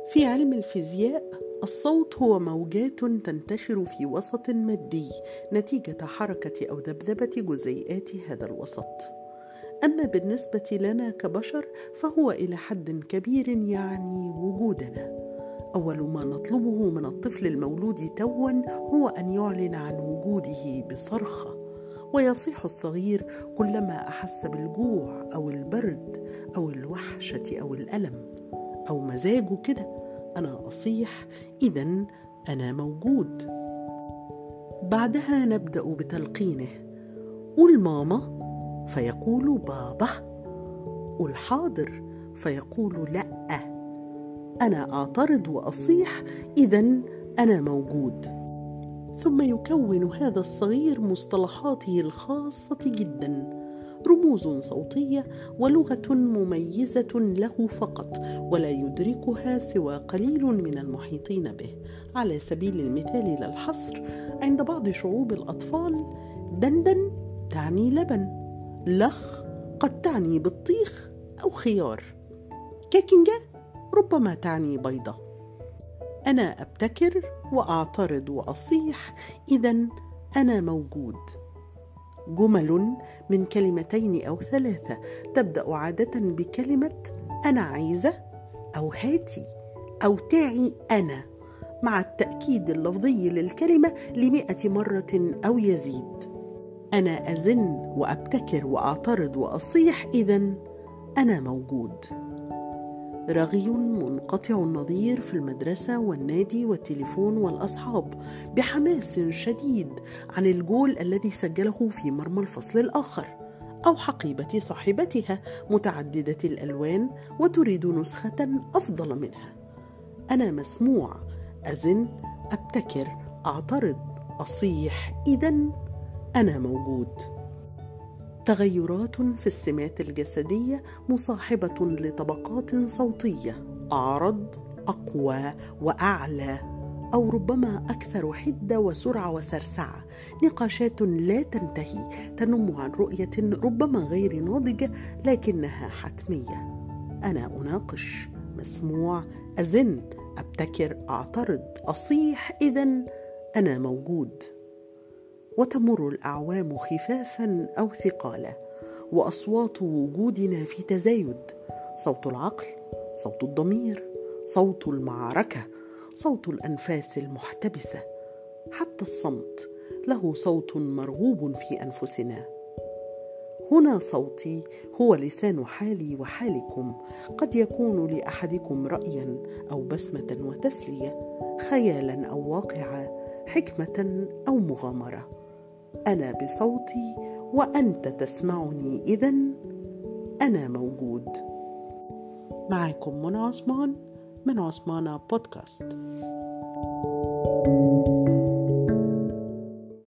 في علم الفيزياء، الصوت هو موجات تنتشر في وسط مادي نتيجة حركة أو ذبذبة جزيئات هذا الوسط. أما بالنسبة لنا كبشر فهو إلى حد كبير يعني وجودنا. أول ما نطلبه من الطفل المولود توا هو أن يعلن عن وجوده بصرخة، ويصيح الصغير كلما أحس بالجوع أو البرد أو الوحشة أو الألم أو مزاجه كده. أنا أصيح، إذن أنا موجود. بعدها نبدأ بتلقينه: قول ماما، فيقول بابا. قول حاضر، فيقول لأ. أنا أعترض وأصيح، إذن أنا موجود. ثم يكون هذا الصغير مصطلحاته الخاصة جدا، رموز صوتية ولغة مميزة له فقط، ولا يدركها سوى قليل من المحيطين به. على سبيل المثال لا الحصر، عند بعض شعوب الأطفال دندن تعني لبن، لخ قد تعني بطيخ أو خيار، كاكنجة ربما تعني بيضة. أنا أبتكر وأعترض وأصيح، إذن أنا موجود. جمل من كلمتين أو ثلاثة تبدأ عادة بكلمة أنا عايزة أو هاتي أو تعي أنا، مع التأكيد اللفظي للكلمة 100 مرة أو يزيد. أنا أزن وأبتكر وأعترض وأصيح، إذن أنا موجود. رغي منقطع النظير في المدرسة والنادي والتليفون والأصحاب بحماس شديد عن الجول الذي سجله في مرمى الفصل الآخر، أو حقيبة صاحبتها متعددة الألوان وتريد نسخة أفضل منها. أنا مسموع، أزن، أبتكر، أعترض، أصيح، إذن أنا موجود. تغيرات في السمات الجسدية مصاحبة لطبقات صوتية أعرض، أقوى وأعلى، أو ربما أكثر حدة وسرعة وسرسعة. نقاشات لا تنتهي تنم عن رؤية ربما غير ناضجة لكنها حتمية. أنا أناقش، مسموع، أزن، أبتكر، أعترض، أصيح، إذن أنا موجود. وتمر الأعوام خفافا أو ثقالا، وأصوات وجودنا في تزايد: صوت العقل، صوت الضمير، صوت المعركة، صوت الأنفاس المحتبسة. حتى الصمت له صوت مرغوب في أنفسنا. هنا صوتي هو لسان حالي وحالكم، قد يكون لأحدكم رأيا أو بسمة وتسلية، خيالا أو واقعا، حكمة أو مغامرة. أنا بصوتي وأنت تسمعني، إذن أنا موجود. معكم منى عثمان من عثمانة بودكاست.